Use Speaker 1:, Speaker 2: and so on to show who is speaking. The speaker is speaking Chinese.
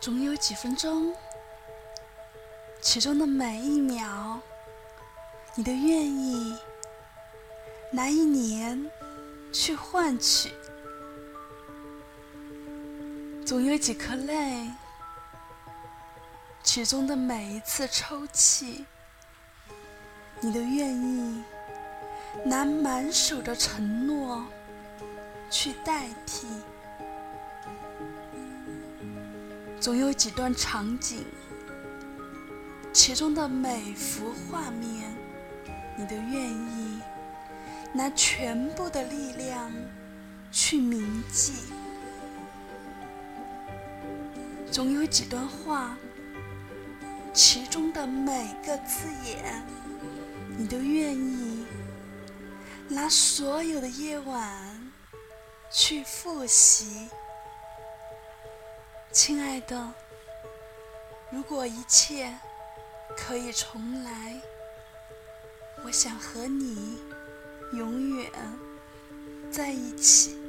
Speaker 1: 总有几分钟，其中的每一秒，你都愿意拿1年去换取。总有几颗泪，其中的每一次抽泣，你都愿意拿满手的承诺去代替。总有几段场景，其中的每幅画面，你都愿意拿全部的力量去铭记。总有几段话，其中的每个字眼，你都愿意拿所有的夜晚去复习。亲爱的，如果一切可以重来，我想和你永远在一起。